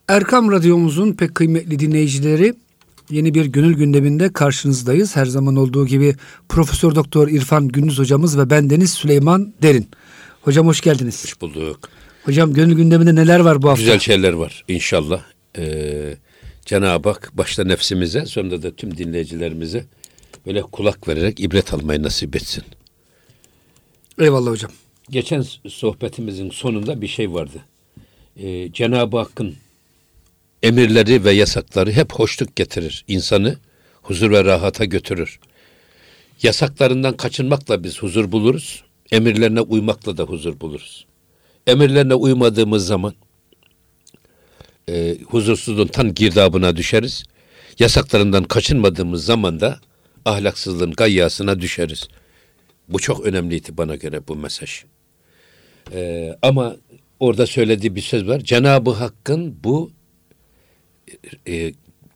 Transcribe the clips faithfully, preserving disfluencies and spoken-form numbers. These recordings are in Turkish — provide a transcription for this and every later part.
Erkam Radyomuzun pek kıymetli dinleyicileri, yeni bir gönül gündeminde karşınızdayız. Her zaman olduğu gibi Profesör Doktor İrfan Gündüz hocamız ve bendeniz Süleyman Derin. Hocam hoş geldiniz. Hoş bulduk. Hocam gönül gündeminde neler var bu hafta? Güzel şeyler var inşallah. Ee, Cenab-ı Hak başta nefsimize, sonra da tüm dinleyicilerimize böyle kulak vererek ibret almayı nasip etsin. Eyvallah hocam. Geçen sohbetimizin sonunda bir şey vardı. Ee, Cenab-ı Hakk'ın emirleri ve yasakları hep hoşluk getirir. İnsanı huzur ve rahata götürür. Yasaklarından kaçınmakla biz huzur buluruz. Emirlerine uymakla da huzur buluruz. Emirlerine uymadığımız zaman e, huzursuzluğun tan girdabına düşeriz. Yasaklarından kaçınmadığımız zaman da ahlaksızlığın gayyasına düşeriz. Bu çok önemliydi bana göre bu mesaj. E, ama orada söylediği bir söz var. Cenab-ı Hakk'ın bu e,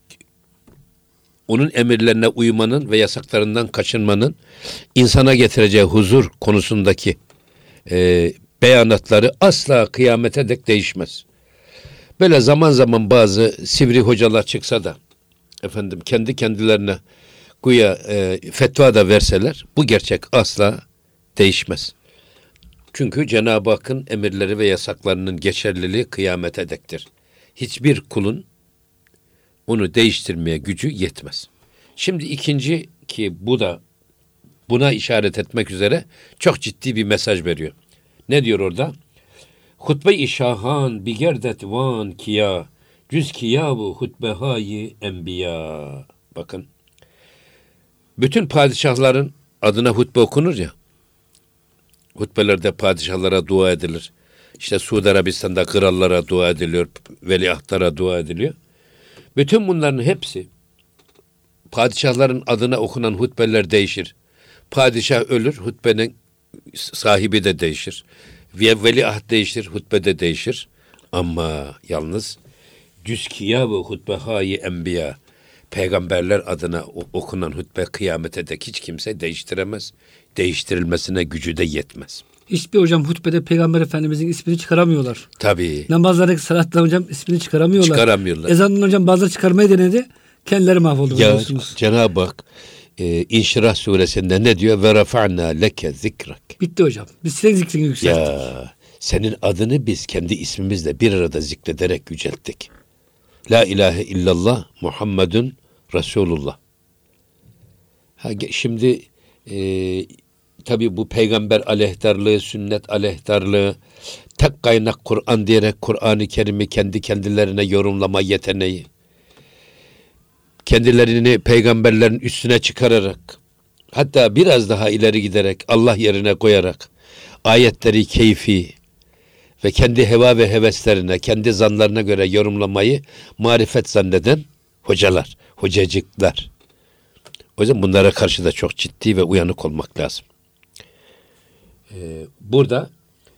onun emirlerine uymanın ve yasaklarından kaçınmanın insana getireceği huzur konusundaki e, beyanatları asla kıyamete dek değişmez. Böyle zaman zaman bazı sivri hocalar çıksa da efendim kendi kendilerine güya e, fetva da verseler bu gerçek asla değişmez. Çünkü Cenab-ı Hakk'ın emirleri ve yasaklarının geçerliliği kıyamete dektir. Hiçbir kulun onu değiştirmeye gücü yetmez. Şimdi ikinci ki bu da buna işaret etmek üzere çok ciddi bir mesaj veriyor. Ne diyor orada? Hutbe-i şahan bigerdet van kiya cüz kiyabu hutbehayi enbiya. Bakın. Bütün padişahların adına hutbe okunur ya. Hutbelerde padişahlara dua edilir. İşte Suudi Arabistan'da krallara dua ediliyor, veliahtlara dua ediliyor. Bütün bunların hepsi padişahların adına okunan hutbeler değişir. Padişah ölür, hutbenin sahibi de değişir. Ve veliaht değişir, hutbe de değişir. Ama yalnız cüzkiya ve hutbehayi enbiya, peygamberler adına okunan hutbe kıyamete dek hiç kimse değiştiremez. Değiştirilmesine gücü de yetmez. Hiçbir hocam hutbede Peygamber Efendimizin ismini çıkaramıyorlar. Tabii. Namazlardaki salatla hocam ismini çıkaramıyorlar. Çıkaramıyorlar. Ezandan hocam bazıları çıkarmayı denedi. Kendileri mahvoldu. Ya Cenab-ı Hak e, İnşirah suresinde ne diyor? Ve rafa'na leke zikrak. Bitti hocam. Biz senin zikrini yükselttik. Ya senin adını biz kendi ismimizle bir arada zikrederek yücelttik. La ilahe illallah Muhammedun Resulullah. Ha, şimdi e, tabii bu peygamber aleyhtarlığı, sünnet aleyhtarlığı, tek kaynak Kur'an diyerek Kur'an-ı Kerim'i kendi kendilerine yorumlama yeteneği, kendilerini peygamberlerin üstüne çıkararak, hatta biraz daha ileri giderek Allah yerine koyarak ayetleri keyfi ve kendi heva ve heveslerine, kendi zanlarına göre yorumlamayı marifet zanneden hocalar, hocacıklar. O yüzden bunlara karşı da çok ciddi ve uyanık olmak lazım. Ee, burada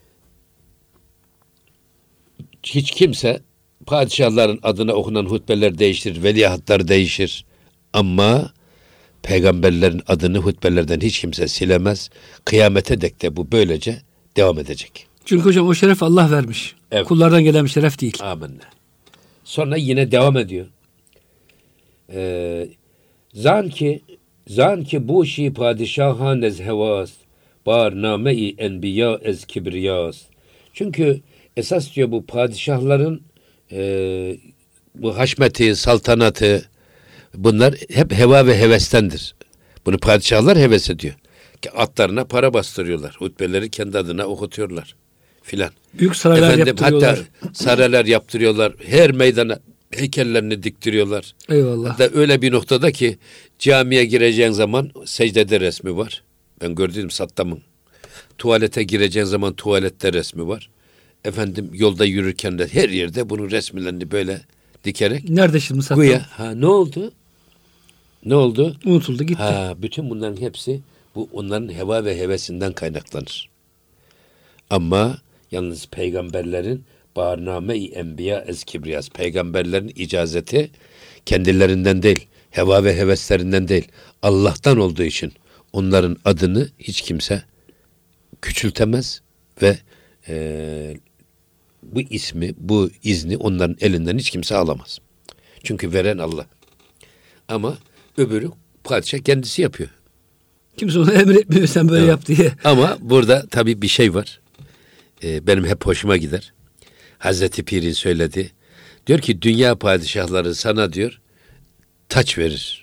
hiç kimse padişahların adına okunan hutbeler değişir, veliahtlar değişir. Ama peygamberlerin adını hutbelerden hiç kimse silemez. Kıyamete dek de bu böylece devam edecek. Çünkü hocam o şeref Allah vermiş. Evet. Kullardan gelen bir şeref değil. Amenna. Sonra yine devam ediyor. Ee, zan ki zan ki bu şi padişahan ez hevas bar name-i enbiya ez kibriyas. Çünkü esas diyor bu padişahların e, bu haşmeti, saltanatı bunlar hep heva ve hevestendir. Bunu padişahlar heves ediyor. Atlarına para bastırıyorlar. Hutbeleri kendi adına okutuyorlar filan. Büyük saraylar Efendim, yaptırıyorlar. hatta saraylar yaptırıyorlar. Her meydana heykellerini diktiriyorlar. Eyvallah. Hatta öyle bir noktada ki camiye gireceğin zaman secdede resmi var. Ben gördüm Saddam'ın. Tuvalete gireceğin zaman tuvalette resmi var. Efendim yolda yürürken de her yerde bunun resimlerini böyle dikerek. Nerede şimdi Saddam? Güya, ha ne oldu? Ne oldu? Unutuldu gitti. Ha, bütün bunların hepsi bu onların heva ve hevesinden kaynaklanır. Ama yalnız peygamberlerin barname-i enbiya ez kibriyas, peygamberlerin icazeti kendilerinden değil, heva ve heveslerinden değil, Allah'tan olduğu için onların adını hiç kimse küçültemez ve e, bu ismi, bu izni onların elinden hiç kimse alamaz. Çünkü veren Allah. Ama öbürü padişah kendisi yapıyor. Kimse ona emretmiyor sen böyle Evet. yap diye. Ama burada tabii bir şey var. Ee, benim hep hoşuma gider. Hazreti Pir'in söyledi. Diyor ki dünya padişahları sana diyor taç verir.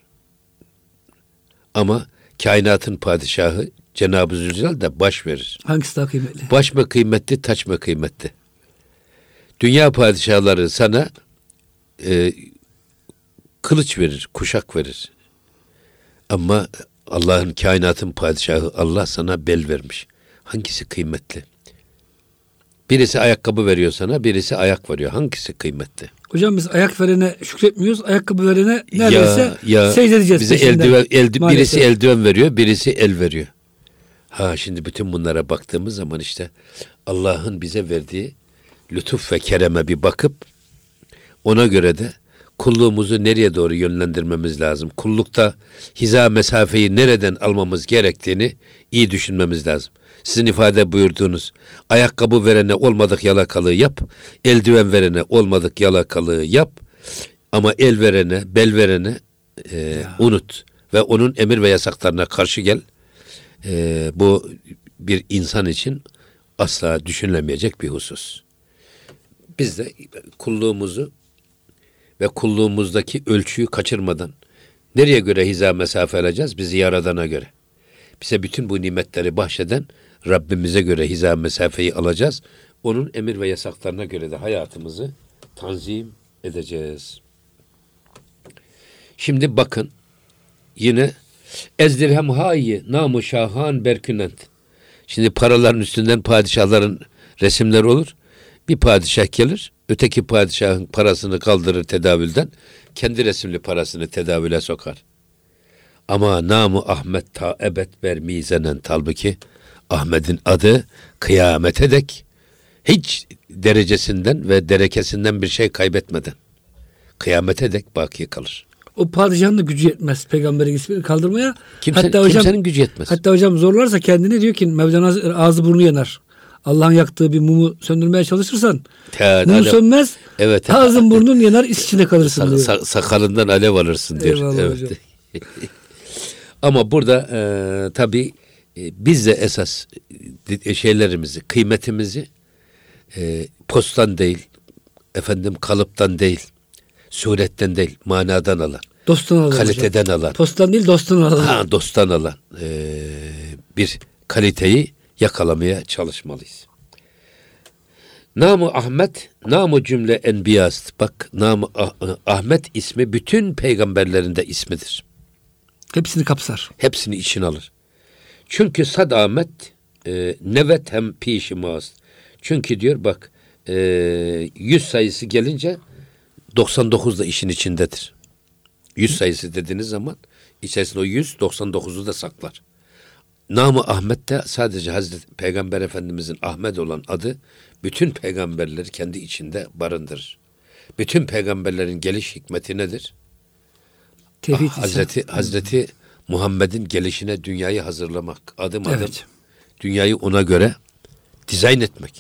Ama kainatın padişahı Cenab-ı Zülcelal da baş verir. Hangisi daha kıymetli? Baş mı kıymetli, taç mı kıymetli? Dünya padişahları sana e, kılıç verir, kuşak verir. Ama Allah'ın, kainatın padişahı Allah sana bel vermiş. Hangisi kıymetli? Birisi ayakkabı veriyor sana, birisi ayak veriyor. Hangisi kıymetli? Hocam biz ayak verene şükretmiyoruz. Ayakkabı verene neredeyse ya, ya secde edeceğiz. bize peşinden. eldiven, eldi, Maalesef. birisi eldiven veriyor, birisi el veriyor. Ha şimdi bütün bunlara baktığımız zaman işte Allah'ın bize verdiği lütuf ve kereme bir bakıp ona göre de kulluğumuzu nereye doğru yönlendirmemiz lazım. Kullukta hiza mesafeyi nereden almamız gerektiğini iyi düşünmemiz lazım. Sizin ifade buyurduğunuz ayakkabı verene olmadık yalakalığı yap, eldiven verene olmadık yalakalığı yap ama el verene, bel verene e, unut ve onun emir ve yasaklarına karşı gel. E, bu bir insan için asla düşünülemeyecek bir husus. Biz de kulluğumuzu ve kulluğumuzdaki ölçüyü kaçırmadan nereye göre hiza mesafe alacağız? Bizi Yaradan'a göre. Bize bütün bu nimetleri bahşeden Rabbimize göre hiza mesafeyi alacağız. Onun emir ve yasaklarına göre de hayatımızı tanzim edeceğiz. Şimdi bakın yine ezdirhem hayi namu şahan berkünent. Şimdi paraların üstünden padişahların resimleri olur. Bir padişah gelir, öteki padişahın parasını kaldırır tedavülden, kendi resimli parasını tedavüle sokar. Ama namı Ahmet ta ebed ber mizenen, halbuki Ahmet'in adı kıyamete dek hiç derecesinden ve derekesinden bir şey kaybetmeden kıyamete dek baki kalır. O padişahın da gücü yetmez peygamberin ismini kaldırmaya. Kimse, hatta hocam, kimsenin gücü yetmez. Hatta hocam zorlarsa kendini diyor ki Mevlana ağzı burnu yanar. Allah'ın yaktığı bir mumu söndürmeye çalışırsan Ya, mumu alev, sönmez. evet, Ağzın burnun yanar, is içinde kalırsın sa- diyor. sa- sakalından alev alırsın diyor. Eyvallah Evet. hocam. Ama burada e, tabii e, biz de esas e, şeylerimizi, kıymetimizi e, postan değil, efendim kalıptan değil, suretten değil, manadan alan, Dosttan alalım kaliteden hocam. alan, Postan değil dosttan alalım. ha, dosttan alan e, bir kaliteyi yakalamaya çalışmalıyız. Namı Ahmet, namı cümle enbiyast. Bak, namı Ah- Ahmet ismi bütün peygamberlerin de ismidir. Hepsini kapsar. Hepsini içine alır. Çünkü sad Ahmet e, nevet hem pişimaz. Çünkü diyor bak e, yüz sayısı gelince doksan dokuz da işin içindedir. yüz sayısı dediğiniz zaman içerisinde o yüz doksan dokuzu da saklar. Namı Ahmet de sadece Hazreti Peygamber Efendimizin Ahmet olan adı bütün peygamberleri kendi içinde barındırır. Bütün peygamberlerin geliş hikmeti nedir? Tevhid Ah, Hazreti Hazreti Muhammed'in gelişine dünyayı hazırlamak, adım adım Evet. dünyayı ona göre dizayn etmek.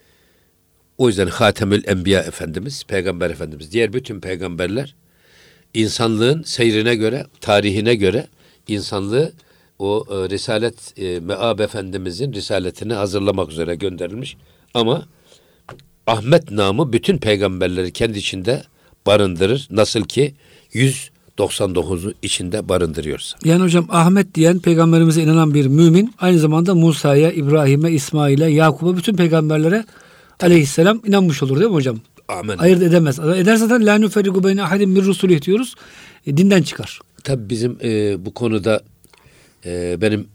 O yüzden Hatemül Enbiya Efendimiz, Peygamber Efendimiz, diğer bütün peygamberler insanlığın seyrine göre, tarihine göre insanlığı o e, Risalet e, Meab Efendimizin risaletini hazırlamak üzere gönderilmiş. Ama Ahmet namı bütün peygamberleri kendi içinde barındırır. Nasıl ki yüz doksan dokuzu içinde barındırıyorsa. Yani hocam Ahmet diyen peygamberimize inanan bir mümin aynı zamanda Musa'ya, İbrahim'e, İsmail'e, Yakub'a bütün peygamberlere aleyhisselam inanmış olur değil mi hocam? Amin. Ayırt edemez. Eder zaten la nuferigu beyne ahadin min rusulih diyoruz. E, dinden çıkar. Tabii bizim e, bu konuda e, benim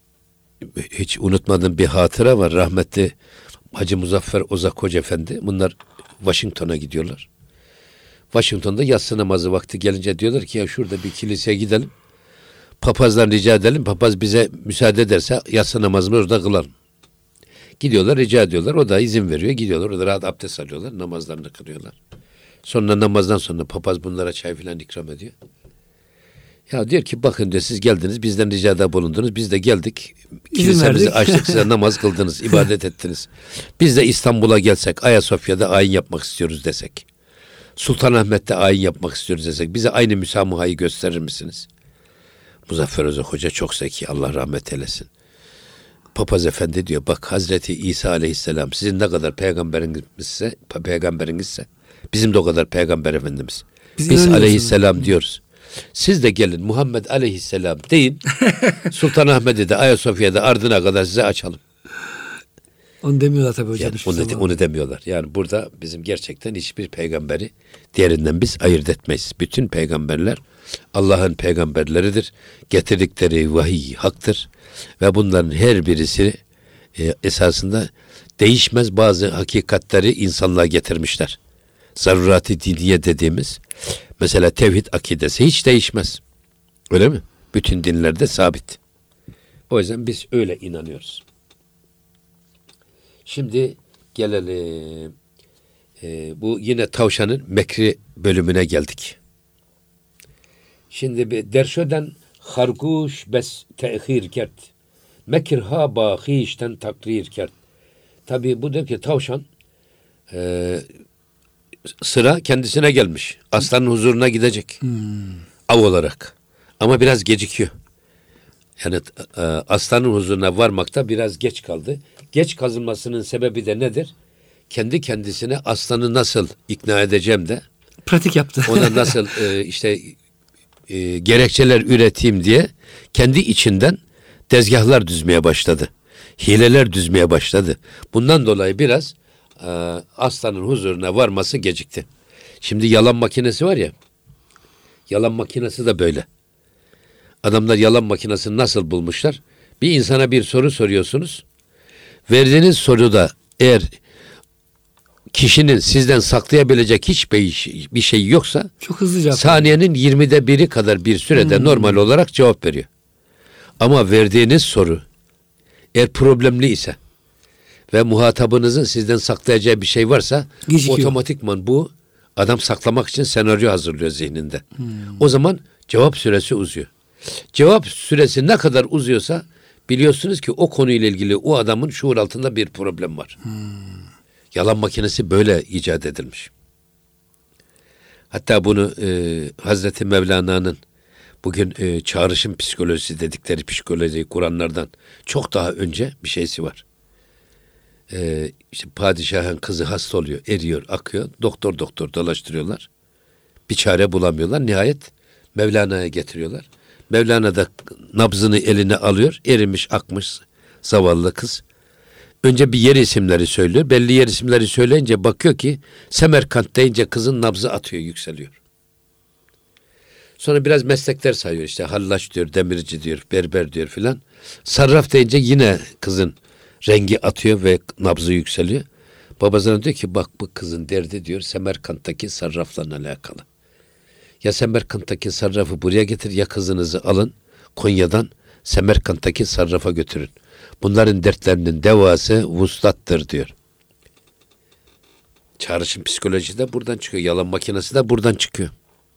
hiç unutmadığım bir hatıra var. Rahmetli Hacı Muzaffer Ozak Hoca Efendi. Bunlar Washington'a gidiyorlar. Washington'da yatsı namazı vakti gelince diyorlar ki ya şurada bir kiliseye gidelim. Papazdan rica edelim. Papaz bize müsaade ederse yatsı namazımızı orada kılalım. Gidiyorlar, rica ediyorlar. O da izin veriyor. Gidiyorlar. Orada rahat abdest alıyorlar. Namazlarını kılıyorlar. Sonra namazdan sonra papaz bunlara çay filan ikram ediyor. Ya diyor ki bakın diyor siz geldiniz bizden ricada bulundunuz. Biz de geldik. İzin Kilisemizi verdik. açtık size namaz kıldınız, ibadet ettiniz. Biz de İstanbul'a gelsek Ayasofya'da ayin yapmak istiyoruz desek. Sultanahmet'te ayin yapmak istiyoruz desek. Bize aynı müsamahayı gösterir misiniz? Muzaffer Özek Hoca çok zeki. Allah rahmet eylesin. Papaz Efendi diyor bak Hazreti İsa Aleyhisselam sizin ne kadar peygamberinizse, peygamberinizse bizim de o kadar peygamber efendimiz. Biz, Biz Aleyhisselam diyoruz. Siz de gelin Muhammed Aleyhisselam deyin. Sultanahmet'i de Ayasofya'da ardına kadar size açalım. Onu demiyorlar tabii hocam. Yani onu, de, onu demiyorlar. Yani burada bizim gerçekten hiçbir peygamberi diğerinden biz ayırt etmeyiz. Bütün peygamberler Allah'ın peygamberleridir. Getirdikleri vahiy haktır. Ve bunların her birisi e, esasında değişmez bazı hakikatleri insanlığa getirmişler. Zarurat-ı diniye dediğimiz mesela tevhid akidesi hiç değişmez. Öyle mi? Bütün dinlerde sabit. O yüzden biz öyle inanıyoruz. Şimdi gelelim. Ee, bu yine tavşanın mekri bölümüne geldik. Şimdi bir derşöden harguş bes tehir kert. Mekirha bahişten takrir kert. Tabi bu diyor ki tavşan e, sıra kendisine gelmiş. Aslanın huzuruna gidecek. Hmm. Av olarak. Ama biraz gecikiyor. Yani e, aslanın huzuruna varmakta biraz geç kaldı. Geç kazınmasının sebebi de nedir? Kendi kendisine aslanı nasıl ikna edeceğim de pratik yaptı. Ona nasıl e, işte e, gerekçeler üreteyim diye kendi içinden tezgahlar düzmeye başladı. Hileler düzmeye başladı. Bundan dolayı biraz e, aslanın huzuruna varması gecikti. Şimdi yalan makinesi var ya, yalan makinesi de böyle. Adamlar yalan makinesini nasıl bulmuşlar? Bir insana bir soru soruyorsunuz. Verdiğiniz soruda eğer kişinin sizden saklayabilecek hiçbir bir şey yoksa çok hızlı cevap saniyenin yirmide biri kadar bir sürede hmm. normal olarak cevap veriyor. Ama verdiğiniz soru eğer problemli ise ve muhatabınızın sizden saklayacağı bir şey varsa gecikiyor. Otomatikman bu adam saklamak için senaryo hazırlıyor zihninde. Hmm. O zaman cevap süresi uzuyor. Cevap süresi ne kadar uzuyorsa biliyorsunuz ki o konuyla ilgili o adamın şuur altında bir problem var. Hmm. Yalan makinesi böyle icat edilmiş. Hatta bunu e, Hazreti Mevlana'nın bugün e, çağrışım psikolojisi dedikleri psikolojiyi kuranlardan çok daha önce bir şeysi var. E, işte padişahın kızı hasta oluyor, eriyor, akıyor. Doktor doktor dolaştırıyorlar. Bir çare bulamıyorlar. Nihayet Mevlana'ya getiriyorlar. Mevlana da nabzını eline alıyor. Erimiş, akmış zavallı kız. Önce bir yer isimleri söylüyor. Belli yer isimleri söyleyince bakıyor ki Semerkant deyince kızın nabzı atıyor, yükseliyor. Sonra biraz meslekler sayıyor. İşte hallaç diyor, demirci diyor, berber diyor filan. Sarraf deyince yine kızın rengi atıyor ve nabzı yükseliyor. Babasına diyor ki bak bu kızın derdi diyor Semerkant'taki sarrafla alakalı. Ya Semerkant'taki sarrafı buraya getir ya kızınızı alın Konya'dan Semerkant'taki sarrafa götürün. Bunların dertlerinin devası vuslattır diyor. Çağrışım psikolojisi de buradan çıkıyor. Yalan makinesi de buradan çıkıyor.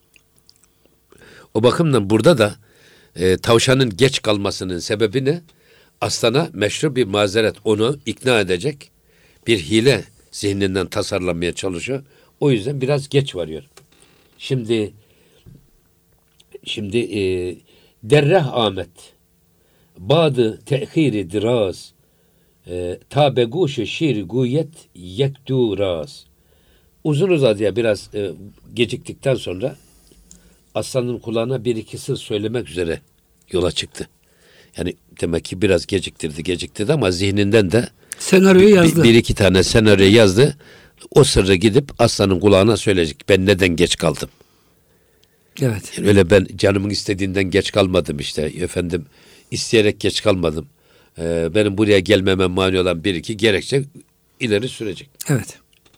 O bakımdan burada da e, tavşanın geç kalmasının sebebi ne? Aslana meşru bir mazeret onu ikna edecek bir hile zihninden tasarlamaya çalışıyor. O yüzden biraz geç varıyor. Şimdi şimdi e, derreh Ahmet Badı tehiri diraz e, ta beguşu şiir guyet yektu raz. Uzun uzadıya biraz e, geciktikten sonra aslanın kulağına bir iki sır söylemek üzere yola çıktı. Yani demek ki biraz geciktirdi, geciktirdi ama zihninden de senaryoyu yazdı. Bir, bir iki tane senaryo yazdı. O sırrı gidip aslanın kulağına söyleyecek. Ben neden geç kaldım? Evet. Yani öyle ben canımın istediğinden geç kalmadım işte. Efendim isteyerek geç kalmadım. Ee, benim buraya gelmeme mani olan bir iki gerekçe ileri sürecek. Evet.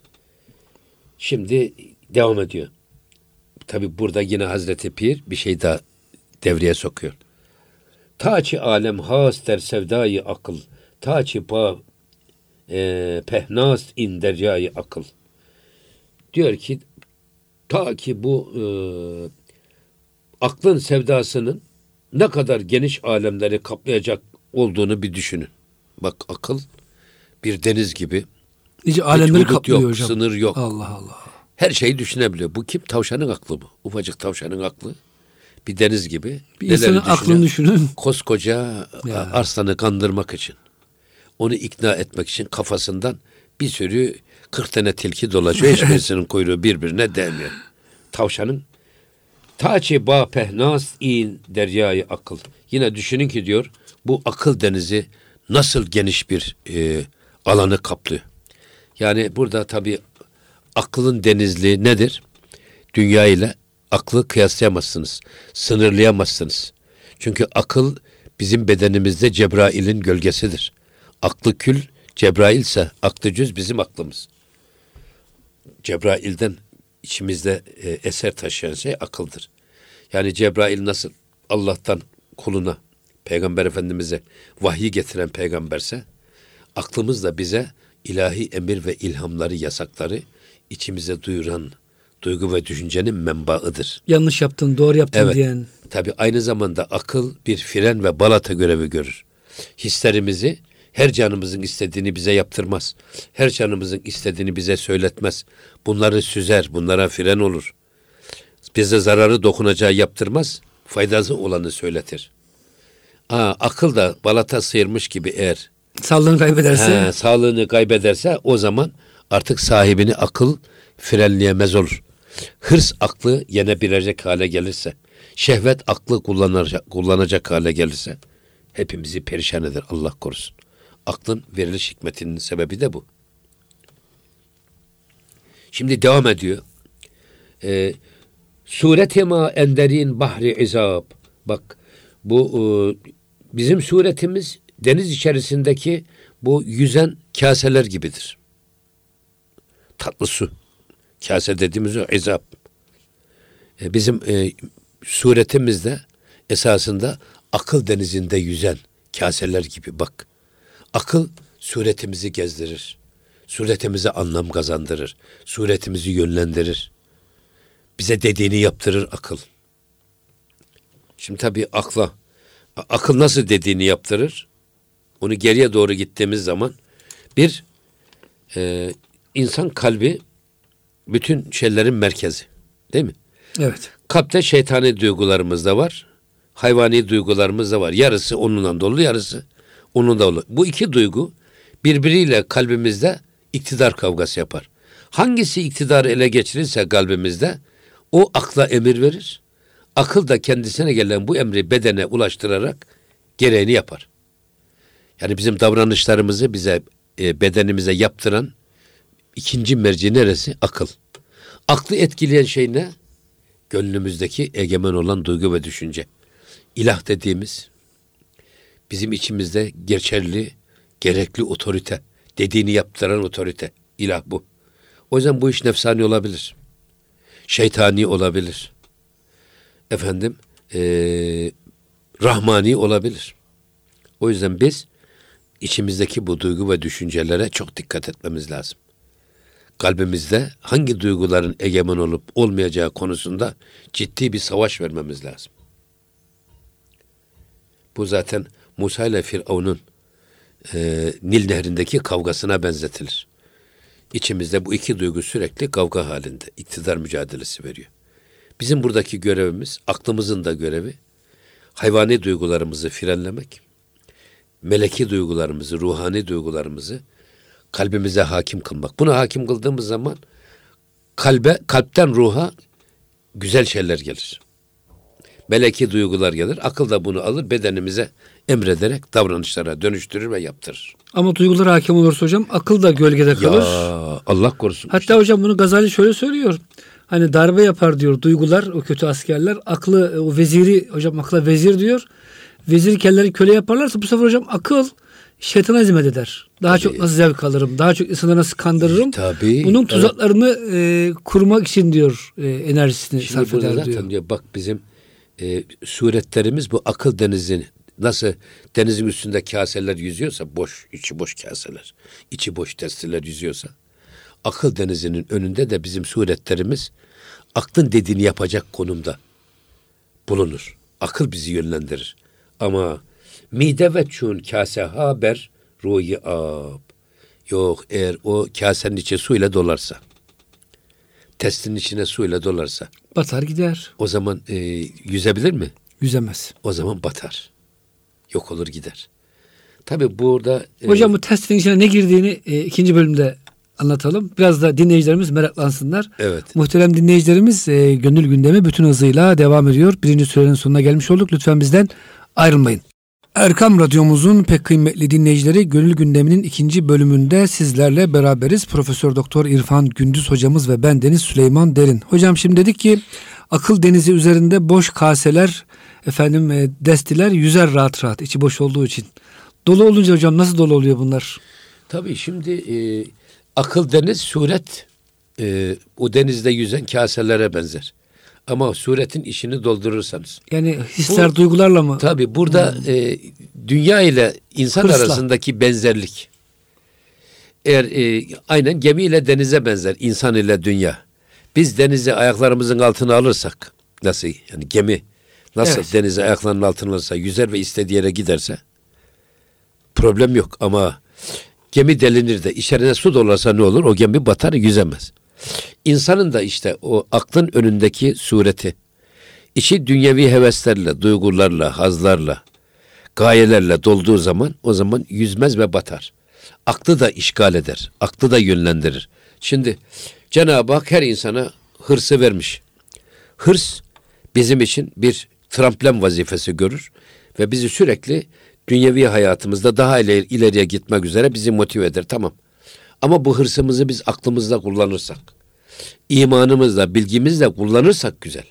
Şimdi devam ediyor. Tabi burada yine Hazreti Pir bir şey daha devreye sokuyor. Ta ki alem has der sevdayı akıl. Ta ki pa e, pehnast in deryayı akıl. Diyor ki ta ki bu e, aklın sevdasının ne kadar geniş alemleri kaplayacak olduğunu bir düşünün. Bak, akıl bir deniz gibi. Nice alemleri kaplıyor yok, hocam. Sınır yok. Allah Allah. Her şeyi düşünebiliyor. Bu kim? Tavşanın aklı bu. Ufacık tavşanın aklı. Bir deniz gibi. Bir insanın aklını düşünün. Koskoca Ya. arslanı kandırmak için. Onu ikna etmek için kafasından bir sürü kırk tane tilki dolaşıyor. Hiçbirisinin kuyruğu birbirine değmiyor. Tavşanın taçi ba pehnaz in deryayı akıl. Yine düşünün ki diyor, bu akıl denizi nasıl geniş bir e, alanı kaplıyor. Yani burada tabii aklın denizliği nedir? Dünya ile aklı kıyaslayamazsınız. Sınırlayamazsınız. Çünkü akıl bizim bedenimizde Cebrail'in gölgesidir. Aklı kül, Cebrail ise aklı cüz bizim aklımız. Cebrail'den içimizde e, eser taşıyan şey akıldır. Yani Cebrail nasıl Allah'tan kuluna, Peygamber Efendimiz'e vahyi getiren peygamberse, aklımız da bize ilahi emir ve ilhamları, yasakları içimize duyuran duygu ve düşüncenin menbaıdır. Yanlış yaptın, doğru yaptın Evet. diyen. Tabii aynı zamanda akıl bir fren ve balata görevi görür. Hislerimizi, her canımızın istediğini bize yaptırmaz. Her canımızın istediğini bize söyletmez. Bunları süzer, bunlara fren olur. Bize zararı dokunacağı yaptırmaz, faydası olanı söyletir. Aa, akıl da balata sıyırmış gibi eğer Sağlığını kaybederse. he, sağlığını kaybederse, o zaman artık sahibini akıl frenleyemez olur. Hırs aklı yenebilecek hale gelirse, şehvet aklı kullanacak, kullanacak hale gelirse hepimizi perişan eder, Allah korusun. Aklın veriliş hikmetinin sebebi de bu. Şimdi devam ediyor. Ee, Sureti ma enderin bahri izab. Bak, bu e, bizim suretimiz deniz içerisindeki bu yüzen kaseler gibidir. Tatlı su. Kase dediğimiz o izab. E, bizim e, suretimizde esasında akıl denizinde yüzen kaseler gibi. Bak, akıl suretimizi gezdirir. Suretimize anlam kazandırır. Suretimizi yönlendirir. Bize dediğini yaptırır akıl. Şimdi tabii akla, akıl nasıl dediğini yaptırır? Onu geriye doğru gittiğimiz zaman bir e, insan kalbi bütün şeylerin merkezi. Değil mi? Evet. Kalpte şeytani duygularımız da var. Hayvani duygularımız da var. Yarısı onunla dolu, yarısı onun da dolu. Bu iki duygu birbiriyle kalbimizde iktidar kavgası yapar. Hangisi iktidarı ele geçirirse kalbimizde, o akla emir verir. Akıl da kendisine gelen bu emri bedene ulaştırarak gereğini yapar. Yani bizim davranışlarımızı bize, e, bedenimize yaptıran ikinci merci neresi? Akıl. Aklı etkileyen şey ne? Gönlümüzdeki egemen olan duygu ve düşünce. İlah dediğimiz bizim içimizde geçerli, gerekli otorite. Dediğini yaptıran otorite. İlah bu. O yüzden bu iş nefsani olabilir. Şeytani olabilir. Efendim, ee, rahmani olabilir. O yüzden biz içimizdeki bu duygu ve düşüncelere çok dikkat etmemiz lazım. Kalbimizde hangi duyguların egemen olup olmayacağı konusunda ciddi bir savaş vermemiz lazım. Bu zaten Musa ile Firavun'un e, Nil Nehri'ndeki kavgasına benzetilir. İçimizde bu iki duygu sürekli kavga halinde, iktidar mücadelesi veriyor. Bizim buradaki görevimiz, aklımızın da görevi, hayvani duygularımızı frenlemek, meleki duygularımızı, ruhani duygularımızı kalbimize hakim kılmak. Buna hakim kıldığımız zaman kalbe, kalpten ruha güzel şeyler gelir. Meleki duygular gelir. Akıl da bunu alır, bedenimize emrederek davranışlara dönüştürür ve yaptırır. Ama duygulara hakim olursa hocam akıl da gölgede kalır. Ya Allah korusun. Hatta işte. hocam bunu Gazali şöyle söylüyor. Hani darbe yapar diyor duygular, o kötü askerler. Aklı, o veziri, hocam akla vezir diyor. Vezir kelleri köle yaparlarsa bu sefer hocam akıl şeytana hizmet eder. Daha Tabii. çok nasıl zevk alırım, daha çok insanları nasıl kandırırım. Tabii. Bunun tuzaklarını e, kurmak için diyor e, enerjisini Şimdi sarf burada eder zaten diyor. diyor. Bak bizim e, suretlerimiz bu akıl denizini, nasıl denizin üstünde kaseler yüzüyorsa, boş, içi boş kaseler, içi boş testiler yüzüyorsa, akıl denizinin önünde de bizim suretlerimiz aklın dediğini yapacak konumda. bulunur. Akıl bizi yönlendirir. Ama mide ve çun kase haber ruhi ab. Yok, eğer o kasenin içi suyla dolarsa, testinin içine suyla dolarsa batar gider. O zaman e, yüzebilir mi? Yüzemez. O zaman batar. Yok olur gider. Tabii burada... Hocam e, bu testin içine ne girdiğini e, ikinci bölümde anlatalım. Biraz da dinleyicilerimiz meraklansınlar. Evet. Muhterem dinleyicilerimiz, e, Gönül Gündemi bütün hızıyla devam ediyor. Birinci sürenin sonuna gelmiş olduk. Lütfen bizden ayrılmayın. Erkam Radyomuzun pek kıymetli dinleyicileri, Gönül Gündemi'nin ikinci bölümünde sizlerle beraberiz. Profesör Doktor İrfan Gündüz hocamız ve ben Deniz Süleyman Derin. Hocam şimdi dedik ki akıl denizi üzerinde boş kaseler, efendim e, destiler yüzer rahat rahat, içi boş olduğu için. Dolu olunca hocam nasıl dolu oluyor bunlar? Tabii şimdi e, akıl deniz suret e, o denizde yüzen kaselere benzer. Ama suretin içini doldurursanız. Yani hisler, Bu, duygularla mı? Tabii burada hmm. e, dünya ile insan Hırsla. arasındaki benzerlik. Eğer e, aynen gemi ile denize benzer, insan ile dünya. Biz denizi ayaklarımızın altına alırsak, nasıl yani gemi nasıl evet. denizi ayaklarının altına alırsa, yüzer ve istediği yere giderse problem yok. Ama gemi delinir de içerine su dolarsa ne olur? O gemi batar, yüzemez. İnsanın da işte o aklın önündeki sureti, içi dünyevi heveslerle, duygularla, hazlarla, gayelerle dolduğu zaman o zaman yüzmez ve batar. Aklı da işgal eder, aklı da yönlendirir. Şimdi Cenab-ı Hak her insana hırsı vermiş. Hırs bizim için bir tramplen vazifesi görür ve bizi sürekli dünyevi hayatımızda daha ileri, ileriye gitmek üzere bizi motive eder. Tamam. Ama bu hırsımızı biz aklımızla kullanırsak, imanımızla, bilgimizle kullanırsak güzel.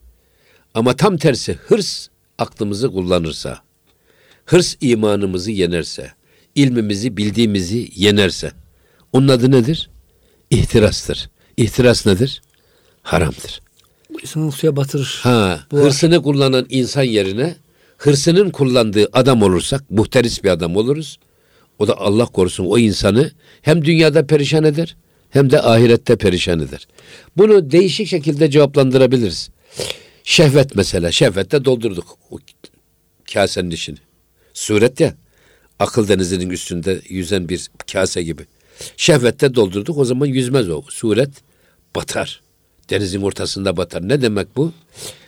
Ama tam tersi hırs aklımızı kullanırsa, hırs imanımızı yenerse, ilmimizi, bildiğimizi yenerse, onun adı nedir? İhtirastır. İhtiras nedir? Haramdır. İnsanı suya batırır. Ha, hırsını kullanan insan yerine hırsının kullandığı adam olursak muhteris bir adam oluruz. O da Allah korusun o insanı hem dünyada perişan eder hem de ahirette perişan eder. Bunu değişik şekilde cevaplandırabiliriz. Şehvet mesela. Şehvette doldurduk o kasenin içini. Suret ya, akıl denizinin üstünde yüzen bir kase gibi. Şehvette doldurduk, o zaman yüzmez o. Suret batar. Denizin ortasında batar. Ne demek bu?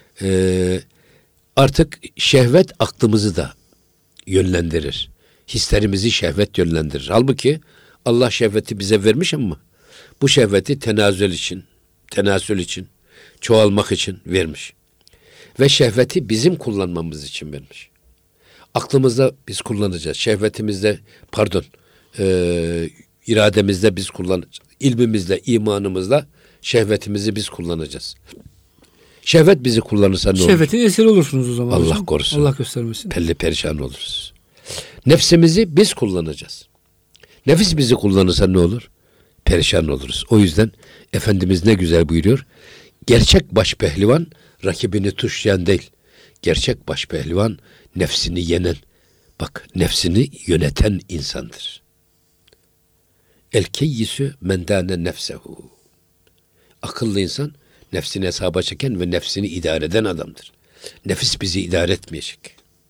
Ee, artık şehvet aklımızı da yönlendirir. Hislerimizi şehvet yönlendirir. Halbuki Allah şehveti bize vermiş ama bu şehveti tenazül için, tenasül için, çoğalmak için vermiş. Ve şehveti bizim kullanmamız için vermiş. Aklımızda biz kullanacağız. Şehvetimizde, pardon, e, irademizde biz kullanacağız. İlmimizle, imanımızla şehvetimizi biz kullanacağız. Şehvet bizi kullanırsa ne olur? Şehvetin esiri olursunuz o zaman. Allah hocam. korusun. Allah göstermesin. Pelli perişan oluruz. Nefsimizi biz kullanacağız. Nefis bizi kullanırsa ne olur? Perişan oluruz. O yüzden Efendimiz ne güzel buyuruyor. Gerçek başpehlivan rakibini tuşlayan değil. Gerçek başpehlivan nefsini yenen, bak nefsini yöneten insandır. El keyyisü mendâne nefsehu. Akıllı insan nefsini hesaba çeken ve nefsini idare eden adamdır. Nefis bizi idare etmeyecek.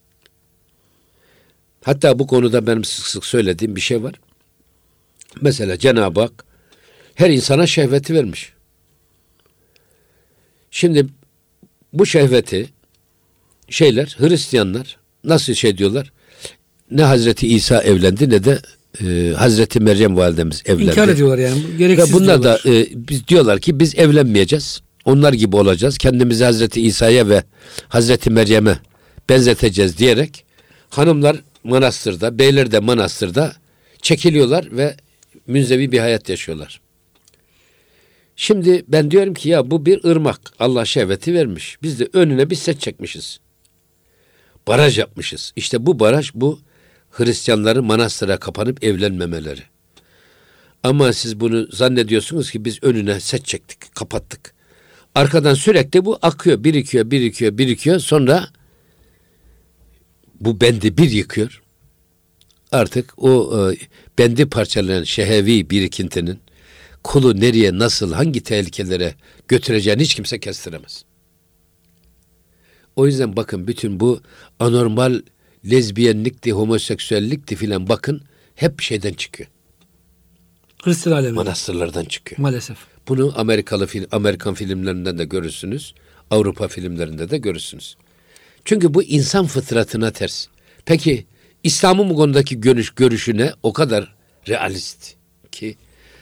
Hatta bu konuda benim sık sık söylediğim bir şey var. Mesela Cenab-ı Hak her insana şehveti vermiş. Şimdi bu şehveti şeyler, Hristiyanlar nasıl şey diyorlar? Ne Hazreti İsa evlendi ne de e, Hazreti Meryem validemiz evlendi. İnkar ediyorlar yani. Gereksiz ve bunlar diyorlar. da e, biz diyorlar ki biz evlenmeyeceğiz. Onlar gibi olacağız. Kendimizi Hazreti İsa'ya ve Hazreti Meryem'e benzeteceğiz diyerek hanımlar manastırda, beyler de manastırda çekiliyorlar ve münzevi bir hayat yaşıyorlar. Şimdi ben diyorum ki ya bu bir ırmak. Allah şehveti vermiş. Biz de önüne bir set çekmişiz. Baraj yapmışız. İşte bu baraj bu Hristiyanların manastıra kapanıp evlenmemeleri. Ama siz bunu zannediyorsunuz ki biz önüne set çektik, kapattık. Arkadan sürekli bu akıyor, birikiyor, birikiyor, birikiyor. Sonra bu bendi bir yıkıyor. Artık o e, bendi parçalayan şehevi birikintinin kulu nereye, nasıl, hangi tehlikelere götüreceğini hiç kimse kestiremez. O yüzden bakın bütün bu anormal lezbiyenlikti, homoseksüellikti filan bakın hep şeyden çıkıyor. Hristiyan alemi. Manastırlardan çıkıyor. Maalesef. Bunu Amerikalı film, Amerikan filmlerinden de görürsünüz. Avrupa filmlerinde de görürsünüz. Çünkü bu insan fıtratına ters. Peki İslam'ın bu konudaki görüş, görüşüne o kadar realist ki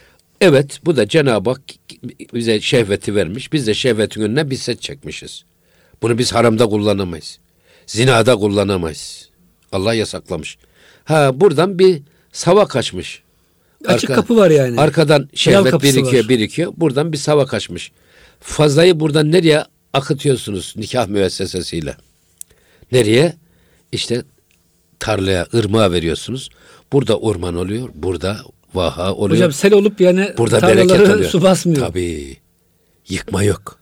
evet bu da Cenab-ı Hak bize şehveti vermiş. Biz de şehvetin önüne bir set çekmişiz. Bunu biz haramda kullanamayız. Zinada kullanamayız. Allah yasaklamış. Ha buradan bir sava kaçmış. Açık Arka, kapı var yani. Arkadan şehvet birikiyor var. birikiyor. Buradan bir sava kaçmış. Fazlayı buradan nereye akıtıyorsunuz nikah müessesesiyle? Nereye? İşte tarlaya, ırmağa veriyorsunuz. Burada orman oluyor. Burada vaha oluyor. Hocam sel olup yani burada bereket oluyor. Su basmıyor. Tabii. Yıkma yok.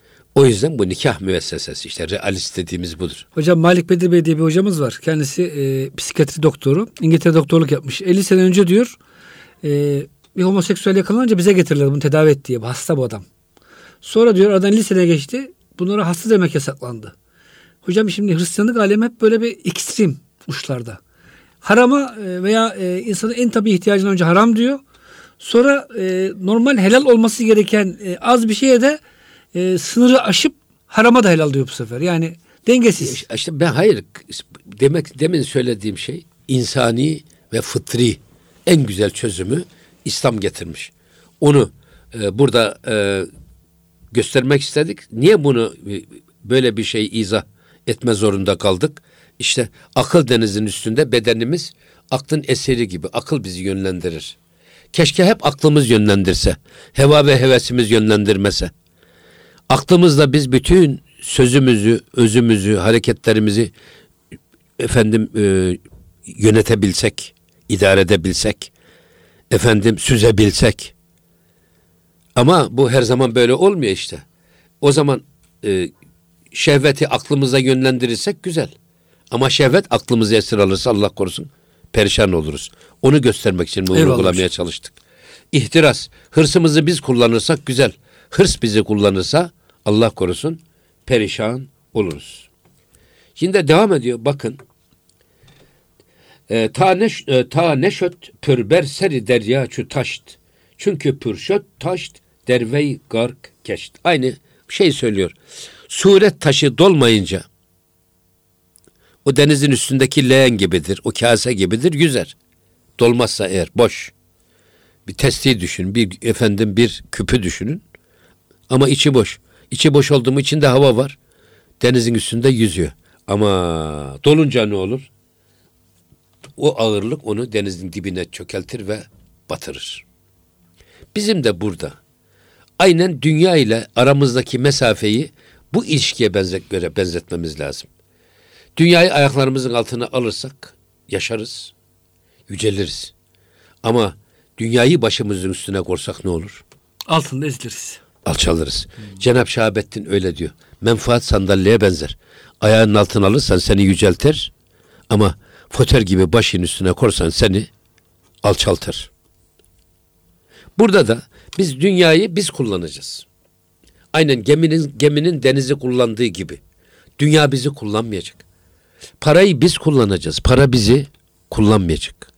O yüzden bu nikah müessesesi işte realist dediğimiz budur. Hocam Malik Bedir Bey diye bir hocamız var. Kendisi e, psikiyatri doktoru. İngiltere doktorluk yapmış. elli sene önce diyor e, bir homoseksüel yakalanınca bize getirirler bunu tedavi et diye. Hasta bu adam. Sonra diyor aradan elli sene geçti. Bunlara hasta demek yasaklandı. Hocam şimdi Hristiyanlık alemi hep böyle bir ekstrem uçlarda. Harama e, veya e, insanın en tabii ihtiyacından önce haram diyor. Sonra e, normal helal olması gereken e, az bir şeye de e, sınırı aşıp harama da helal diyor bu sefer. Yani dengesiz. İşte ben hayır demek demin söylediğim şey insani ve fıtri en güzel çözümü İslam getirmiş. Onu e, burada e, göstermek istedik. Niye bunu e, böyle bir şey izah etme zorunda kaldık? İşte akıl denizin üstünde bedenimiz aklın eseri gibi. Akıl bizi yönlendirir. Keşke hep aklımız yönlendirse. Heva ve hevesimiz yönlendirmese. Aklımızla biz bütün sözümüzü, özümüzü, hareketlerimizi efendim e, yönetebilsek, idare edebilsek, efendim süzebilsek. Ama bu her zaman böyle olmuyor işte. O zaman e, şehveti aklımıza yönlendirirsek güzel. Ama şehvet aklımızı esir alırsa Allah korusun perişan oluruz. Onu göstermek için bunu uygulamaya çalıştık. İhtiras, hırsımızı biz kullanırsak güzel. Hırs bizi kullanırsa Allah korusun perişan oluruz. Şimdi devam ediyor bakın. E, ta, neş, e, ta neşöt pürber seri derya çü taşt. Çünkü pürşöt taşt dervey gark keşt. Aynı şey söylüyor. Suret taşı dolmayınca o denizin üstündeki leğen gibidir. O kase gibidir. Yüzer. Dolmazsa eğer boş. Bir testiyi düşünün. Bir efendim bir küpü düşünün. Ama içi boş. İçi boş olduğu mu içinde hava var. Denizin üstünde yüzüyor. Ama dolunca ne olur? O ağırlık onu denizin dibine çökeltir ve batırır. Bizim de burada aynen dünya ile aramızdaki mesafeyi bu ilişkiye benzet, göre benzetmemiz lazım. Dünyayı ayaklarımızın altına alırsak yaşarız, yüceliriz. Ama dünyayı başımızın üstüne korsak ne olur? Altında eziliriz. Alçalırız. Hmm. Cenab-ı Şahabettin öyle diyor. Menfaat sandalyeye benzer. Ayağının altına alırsan seni yüceltir ama foter gibi başın üstüne korsan seni alçaltır. Burada da biz dünyayı biz kullanacağız. Aynen geminin geminin denizi kullandığı gibi. Dünya bizi kullanmayacak. Parayı biz kullanacağız. Para bizi kullanmayacak.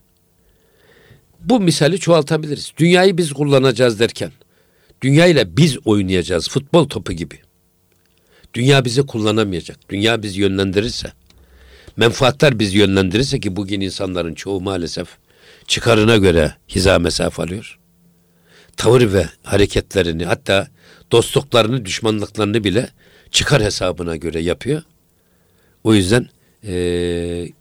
Bu misali çoğaltabiliriz. Dünyayı biz kullanacağız derken dünyayla biz oynayacağız futbol topu gibi. Dünya bizi kullanamayacak. Dünya bizi yönlendirirse, menfaatler bizi yönlendirirse ki bugün insanların çoğu maalesef çıkarına göre hiza mesafe alıyor. Tavır ve hareketlerini hatta dostluklarını, düşmanlıklarını bile çıkar hesabına göre yapıyor. O yüzden ee,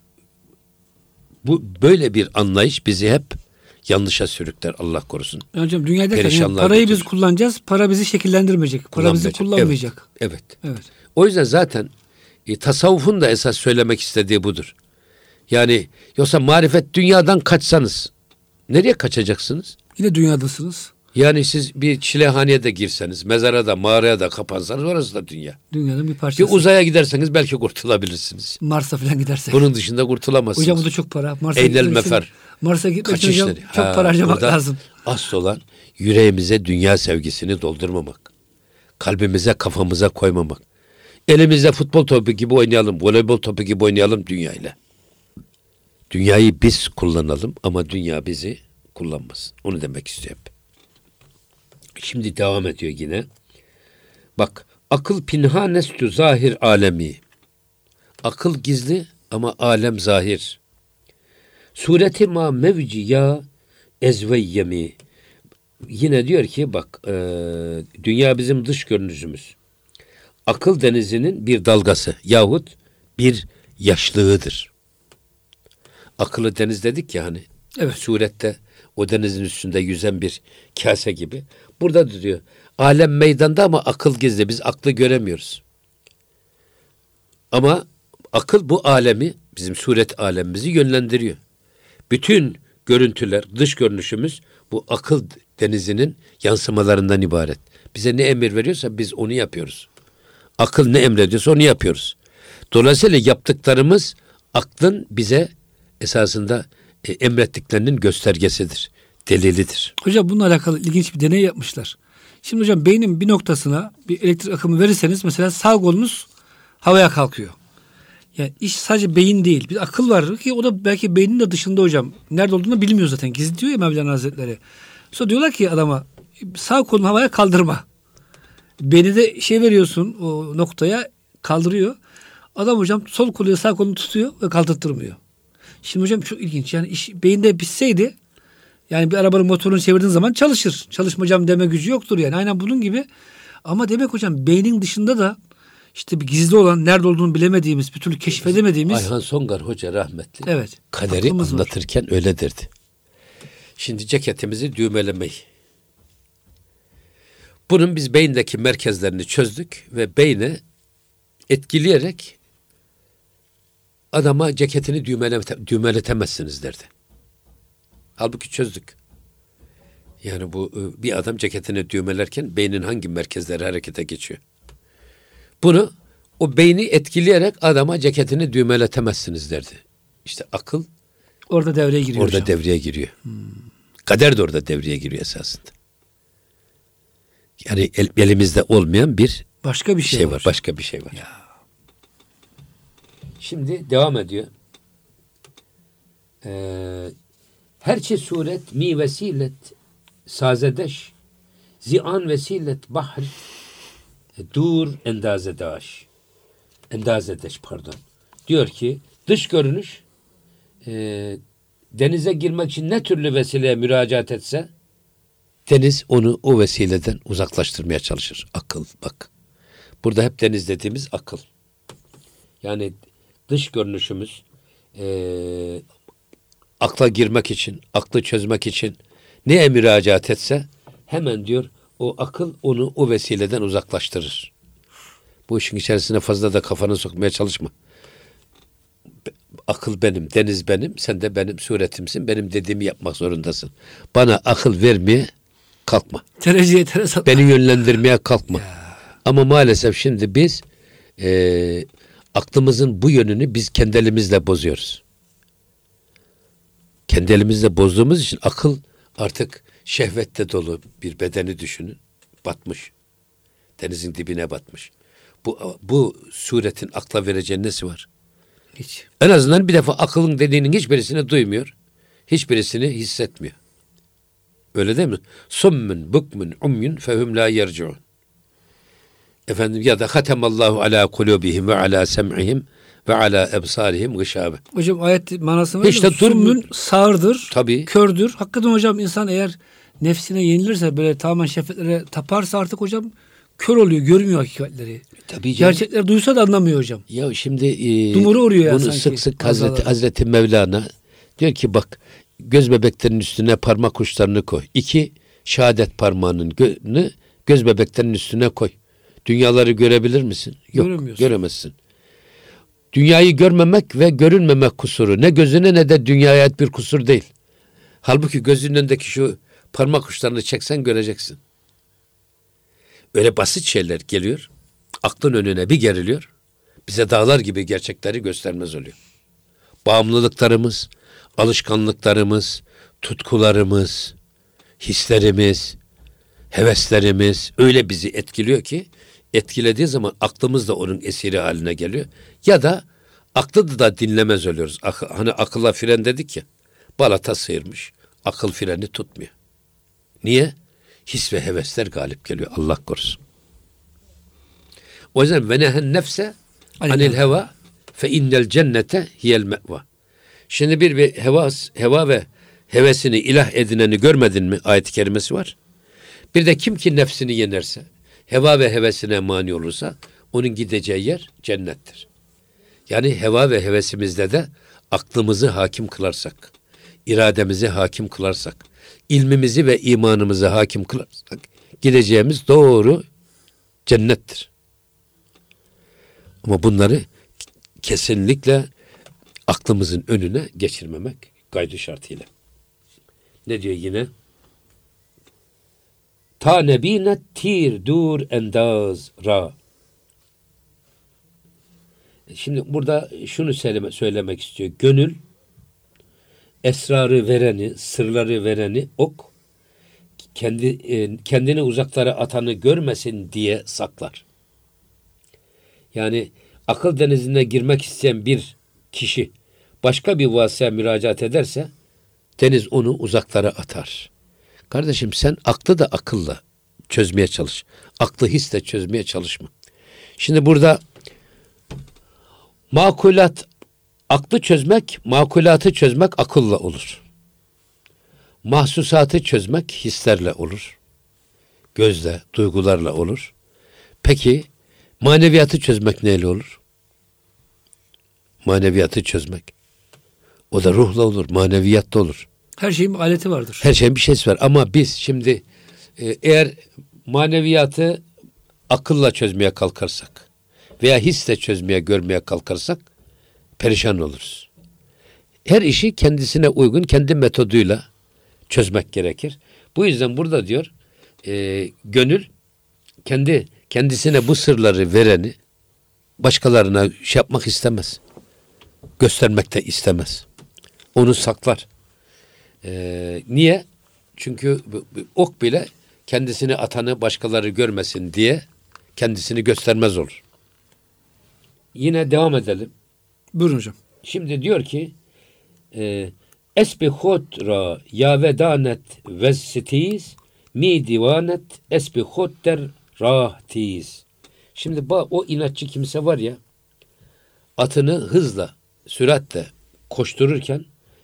bu böyle bir anlayış bizi hep yanlışa sürükler Allah korusun. Hocam dünyada yani parayı götürür. Biz kullanacağız. Para bizi şekillendirmeyecek. Para bizi kullanmayacak. Evet. Evet. Evet. O yüzden zaten e, tasavvufun da esas söylemek istediği budur. Yani yoksa marifet dünyadan kaçsanız nereye kaçacaksınız? Yine dünyadasınız. Yani siz bir çilehaneye de girseniz, mezara da, mağaraya da kapansanız orası da dünya. Dünyanın bir parçası. Bir uzaya giderseniz belki kurtulabilirsiniz. Mars'a falan gidersek. Bunun dışında kurtulamazsınız. Hocam bu da çok para. Mars'a Eynel mefer. Mars'a gitmek için hocam çok ha, para harcamak lazım. Asıl olan yüreğimize dünya sevgisini doldurmamak. Kalbimize, kafamıza koymamak. Elimizde futbol topu gibi oynayalım, voleybol topu gibi oynayalım dünyayla. Dünyayı biz kullanalım ama dünya bizi kullanmasın. Onu demek istiyorum. Şimdi devam ediyor yine. Bak, akıl pinhanestü zahir alemi. Akıl gizli ama alem zahir. Sureti ma mevci ya ezveyyemi. Yine diyor ki bak, e, dünya bizim dış görünüşümüz. Akıl denizinin bir dalgası yahut bir yaşlığıdır. Akıllı deniz dedik ya hani. Evet. Surette o denizin üstünde yüzen bir kase gibi. Burada da diyor alem meydanda ama akıl gizli. Biz aklı göremiyoruz. Ama akıl bu alemi, bizim suret alemimizi yönlendiriyor. Bütün görüntüler, dış görünüşümüz bu akıl denizinin yansımalarından ibaret. Bize ne emir veriyorsa biz onu yapıyoruz. Akıl ne emrediyorsa onu yapıyoruz. Dolayısıyla yaptıklarımız aklın bize esasında e, emrettiklerinin göstergesidir, delilidir. Hocam bununla alakalı ilginç bir deney yapmışlar. Şimdi hocam beynin bir noktasına bir elektrik akımı verirseniz mesela sağ kolunuz havaya kalkıyor. Yani iş sadece beyin değil. Bir akıl var ki o da belki beynin de dışında hocam. Nerede olduğunu bilmiyor zaten. Gizli diyor ya Mevlana Hazretleri. Sonra diyorlar ki adama sağ kolunu havaya kaldırma. Beni de şey veriyorsun o noktaya, kaldırıyor. Adam hocam sol koluyla sağ kolunu tutuyor ve kaldırtırmıyor. Şimdi hocam çok ilginç. Yani iş beyinde bitseydi, yani bir arabanın motorunu çevirdiğin zaman çalışır. Çalışma hocam deme gücü yoktur yani. Aynen bunun gibi. Ama demek hocam beynin dışında da işte bir gizli olan, nerede olduğunu bilemediğimiz, bir türlü keşfedemediğimiz. Ayhan Songar Hoca rahmetli. Evet. Kaderi anlatırken var. Öyle derdi. Şimdi ceketimizi düğmelemeyi. Bunun biz beyindeki merkezlerini çözdük ve beyne etkileyerek adama ceketini düğmelete, düğmeletemezsiniz derdi. Halbuki çözdük. Yani bu bir adam ceketini düğmelerken beynin hangi merkezleri harekete geçiyor? Bunu o beyni etkileyerek adama ceketini düğmeletemezsiniz derdi. İşte akıl orada devreye giriyor. Orada hocam. devreye giriyor. Hmm. Kader de orada devreye giriyor esasında. Yani el, elimizde olmayan bir başka bir şey, şey var. var. Başka bir şey var. Ya. Şimdi devam ediyor. Ee, herçe suret mi vesilet sazedeş zian vesilet bahr dur endazedaş endazedeş pardon. Diyor ki dış görünüş e, denize girmek için ne türlü vesileye müracaat etse deniz onu o vesileden uzaklaştırmaya çalışır. Akıl bak. Burada hep deniz dediğimiz akıl. Yani dış görünüşümüz e, akla girmek için, aklı çözmek için neye müracaat etse hemen diyor o akıl onu o vesileden uzaklaştırır. Bu işin içerisine fazla da kafanı sokmaya çalışma. Akıl benim, deniz benim, sen de benim suretimsin, benim dediğimi yapmak zorundasın. Bana akıl vermeye kalkma. Tereciye teres atma. Beni yönlendirmeye kalkma. Ya. Ama maalesef şimdi biz e, aklımızın bu yönünü biz kendi elimizle bozuyoruz. Kendi elimizle bozduğumuz için akıl artık şehvette dolu bir bedeni düşünün. Batmış. Denizin dibine batmış. Bu, bu suretin akla vereceği nesi var? Hiç. En azından bir defa akılın dediğinin hiçbirisini duymuyor. Hiçbirisini hissetmiyor. Öyle değil mi? Summun, bukmun, umyun fehum la yerciun. Efendim ya da hatemallahu ala kulubihim ve ala sem'ihim ve ala ebsarihim gışabe. Hocam ayet manasını İşte işte summun sağırdır, tabii. kördür. Hakikaten hocam insan eğer nefsine yenilirse, böyle tamamen şehvetlere taparsa artık hocam kör oluyor, görmüyor hakikatleri. Tabii canım. Gerçekleri duysa da anlamıyor hocam. Ya şimdi e, dumuru uğruyor ya bunu sanki. sık sık Hazreti, Hazreti Mevlana diyor ki bak göz bebeklerinin üstüne parmak uçlarını koy. İki şehadet parmağının gö- göz bebeklerinin üstüne koy. Dünyaları görebilir misin? Yok, göremezsin. Dünyayı görmemek ve görünmemek kusuru. Ne gözüne ne de dünyaya ait bir kusur değil. Halbuki gözünün önündeki şu parmak uçlarını çeksen göreceksin. Öyle basit şeyler geliyor. Aklın önüne bir geriliyor. Bize dağlar gibi gerçekleri göstermez oluyor. Bağımlılıklarımız, alışkanlıklarımız, tutkularımız, hislerimiz, heveslerimiz öyle bizi etkiliyor ki etkilediği zaman aklımız da onun esiri haline geliyor. Ya da aklı da dinlemez oluyoruz. Ak- hani akılla fren dedik ya. Balata sıyırmış. Akıl freni tutmuyor. Niye? His ve hevesler galip geliyor. Allah korusun. O yüzden ve nehen nefse anil heva fe innel cennete hiyel me'va. Şimdi bir, bir hevas, heva ve hevesini ilah edineni görmedin mi? Ayet-i kerimesi var. Bir de kim ki nefsini yenerse, heva ve hevesine mani olursa onun gideceği yer cennettir. Yani heva ve hevesimizde de aklımızı hakim kılarsak, irademizi hakim kılarsak, ilmimizi ve imanımızı hakim kılarsak gideceğimiz doğru cennettir. Ama bunları kesinlikle aklımızın önüne geçirmemek kaydı şartıyla. Ne diyor yine? Ta nebine tir dur endaz ra. Şimdi burada şunu söyleme, söylemek istiyor. Gönül esrarı vereni, sırları vereni ok, kendi kendini uzaklara atanı görmesin diye saklar. Yani akıl denizine girmek isteyen bir kişi başka bir vasıtaya müracaat ederse deniz onu uzaklara atar. Kardeşim sen aklı da akılla çözmeye çalış. Aklı hisle çözmeye çalışma. Şimdi burada makulat, aklı çözmek, makulatı çözmek akılla olur. Mahsusatı çözmek hislerle olur. Gözle, duygularla olur. Peki maneviyatı çözmek neyle olur? Maneviyatı çözmek. O da ruhla olur, maneviyatla olur. Her şeyin bir aleti vardır. Her şeyin bir şeysi var. Ama biz şimdi e, eğer maneviyatı akılla çözmeye kalkarsak veya hisle çözmeye, görmeye kalkarsak perişan oluruz. Her işi kendisine uygun, kendi metoduyla çözmek gerekir. Bu yüzden burada diyor, e, gönül kendi kendisine bu sırları vereni başkalarına şey yapmak istemez. Göstermek de istemez. Onu saklar. Ee, niye? Çünkü ok bile kendisini atanı başkaları görmesin diye kendisini göstermez olur. Yine devam edelim. Buyurun hocam. Şimdi diyor ki e, esbi hodra ya vedanet vessitiz mi divanet esbi hodder rahtiz. Şimdi o inatçı kimse var ya, atını hızla, süratle koştururken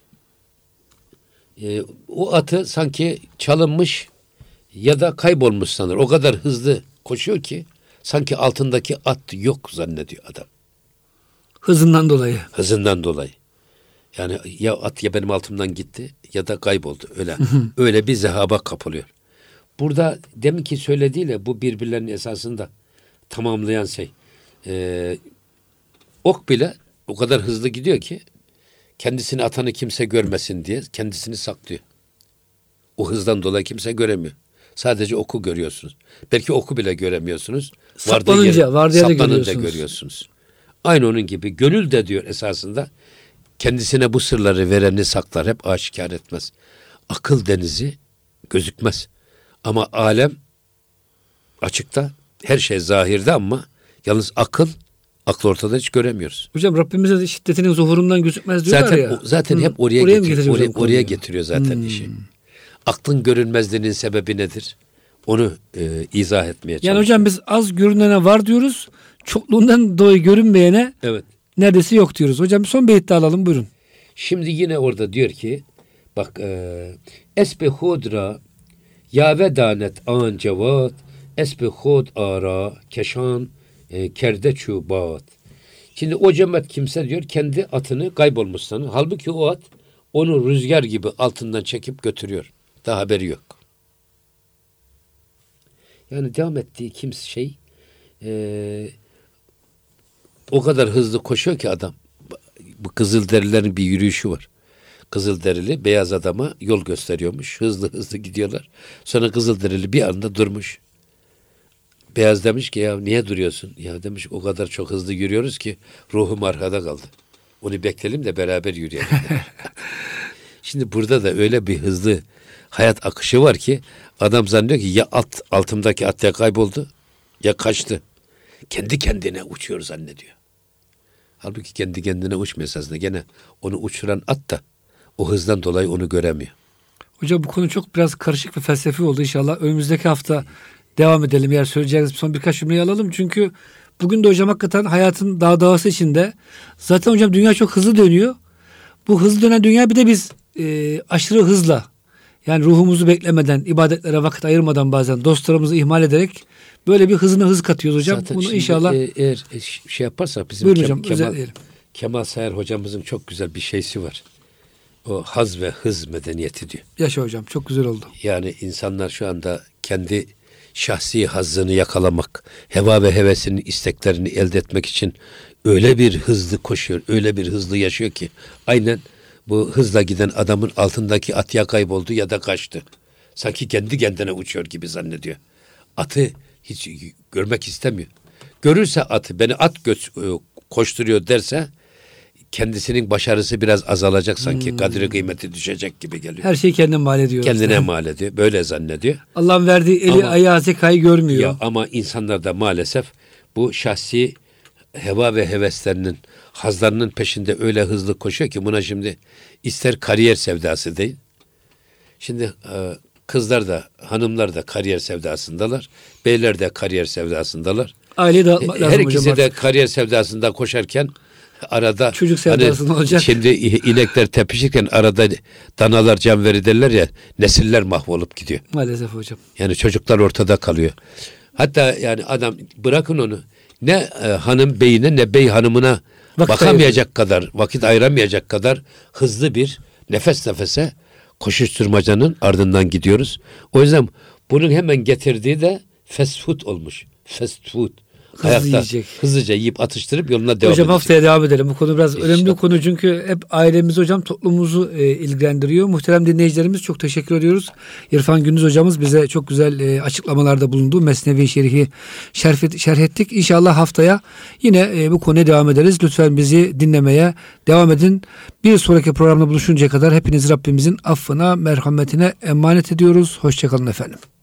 e, o atı sanki çalınmış ya da kaybolmuş sanır. O kadar hızlı koşuyor ki sanki altındaki at yok zannediyor adam. Hızından dolayı. Hızından dolayı. Yani ya at ya benim altımdan gitti ya da kayboldu. Öyle öyle bir zehaba kapılıyor. Burada demin ki söylediğiyle bu birbirlerinin esasında tamamlayan şey. Ee, ok bile o kadar hızlı gidiyor ki kendisini atanı kimse görmesin diye kendisini saklıyor. O hızdan dolayı kimse göremiyor. Sadece oku görüyorsunuz. Belki oku bile göremiyorsunuz. Saplanınca, vardiyada görüyorsunuz. görüyorsunuz. Aynı onun gibi gönül de diyor esasında kendisine bu sırları vereni saklar, hep aşikar etmez. Akıl denizi gözükmez. Ama alem açıkta, her şey zahirde ama yalnız akıl, akıl ortada hiç göremiyoruz. Hocam Rabbimize de şiddetinin zuhurundan gözükmez diyorlar zaten, ya. O, zaten Hı. hep oraya, oraya getiriyor, oraya, oraya getiriyor zaten hmm. işi. Aklın görünmezliğinin sebebi nedir? Onu e, izah etmeye çalışıyor. Yani hocam biz az görünene var diyoruz, çokluğundan dolayı görünmeyene evet. neredeyse yok diyoruz. Hocam son beyit daha alalım, buyurun. Şimdi yine orada diyor ki bak e, esbe hudra ya vedanet an cevat esbe hud ara keşan e, kerde çubat. Şimdi o cemaat kimse diyor kendi atını kaybolmuş sanır. Halbuki o at onu rüzgar gibi altından çekip götürüyor. Daha haberi yok. Yani devam ettiği kimse şey e, o kadar hızlı koşuyor ki adam. Bu Kızılderililerin bir yürüyüşü var. Kızılderili beyaz adama yol gösteriyormuş. Hızlı hızlı gidiyorlar. Sonra Kızılderili bir anda durmuş. Beyaz demiş ki ya niye duruyorsun? Ya demiş o kadar çok hızlı yürüyoruz ki ruhum arkada kaldı. Onu bekleyelim de beraber yürüyelim. Şimdi burada da öyle bir hızlı hayat akışı var ki adam zannediyor ki ya at altımdaki at ya kayboldu ya kaçtı. kendi kendine uçuyor zannediyor. Halbuki kendi kendine uçmuyor esasında. Gene onu uçuran at da o hızdan dolayı onu göremiyor. Hocam bu konu çok biraz karışık ve felsefi oldu inşallah. Önümüzdeki hafta devam edelim. Eğer söyleyeceğiniz son birkaç cümleyi alalım. Çünkü bugün de hocam hakikaten hayatın dağ dağısı içinde. Zaten hocam dünya çok hızlı dönüyor. Bu hızlı dönen dünya bir de biz e, aşırı hızla, yani ruhumuzu beklemeden, ibadetlere vakit ayırmadan bazen dostlarımızı ihmal ederek böyle bir hızına hız katıyoruz hocam. Zaten bunu inşallah e, eğer şey yaparsak bizim buyurun Kem, hocam, Kemal, Kemal Sayar hocamızın çok güzel bir şeysi var. O haz ve hız medeniyeti diyor. Yaşa hocam, çok güzel oldu. Yani insanlar şu anda kendi şahsi hazzını yakalamak, heva ve hevesinin isteklerini elde etmek için öyle bir hızlı koşuyor, öyle bir hızlı yaşıyor ki aynen bu hızla giden adamın altındaki at ya kayboldu ya da kaçtı. Sanki kendi kendine uçuyor gibi zannediyor. Atı hiç görmek istemiyor. Görürse atı, beni at gö- koşturuyor derse kendisinin başarısı biraz azalacak sanki. Hmm. Kadri kıymeti düşecek gibi geliyor. Her şeyi kendine mal ediyor. Kendine işte. mal ediyor. Böyle zannediyor. Allah'ın verdiği eli ama, ayağı zekayı görmüyor. Ya, ama insanlar da maalesef bu şahsi heva ve heveslerinin, hazlarının peşinde öyle hızlı koşuyor ki buna şimdi ister kariyer sevdası değil. Şimdi kızlar da, hanımlar da kariyer sevdasındalar. Beyler de kariyer sevdasındalar. Aileyi dağıtmak lazım her ikisi hocam de artık. Kariyer sevdasında koşarken arada çocuk sevdası hani, olacak. Şimdi inekler tepişirken arada danalar can verir derler ya, nesiller mahvolup gidiyor. Maalesef hocam. Yani çocuklar ortada kalıyor. Hatta yani adam bırakın onu, ne e, hanım beyine ne bey hanımına vakit bakamayacak ayırıyor. kadar, vakit ayıramayacak kadar hızlı bir nefes nefese koşuşturmacanın ardından gidiyoruz. O yüzden bunun hemen getirdiği de fast food olmuş. Fast food. Hızlı Ayakta, yiyecek. hızlıca yiyip atıştırıp yoluna devam hocam edecek. Haftaya devam edelim. Bu konu biraz İşte. önemli konu çünkü hep ailemiz hocam, toplumumuzu e, ilgilendiriyor. Muhterem dinleyicilerimiz, çok teşekkür ediyoruz. İrfan Gündüz hocamız bize çok güzel e, açıklamalarda bulundu. Mesnevi Şerif'i şerh, şerh ettik. İnşallah haftaya yine e, bu konuya devam ederiz. Lütfen bizi dinlemeye devam edin. Bir sonraki programda buluşuncaya kadar hepinizi Rabbimizin affına, merhametine emanet ediyoruz. Hoşçakalın efendim.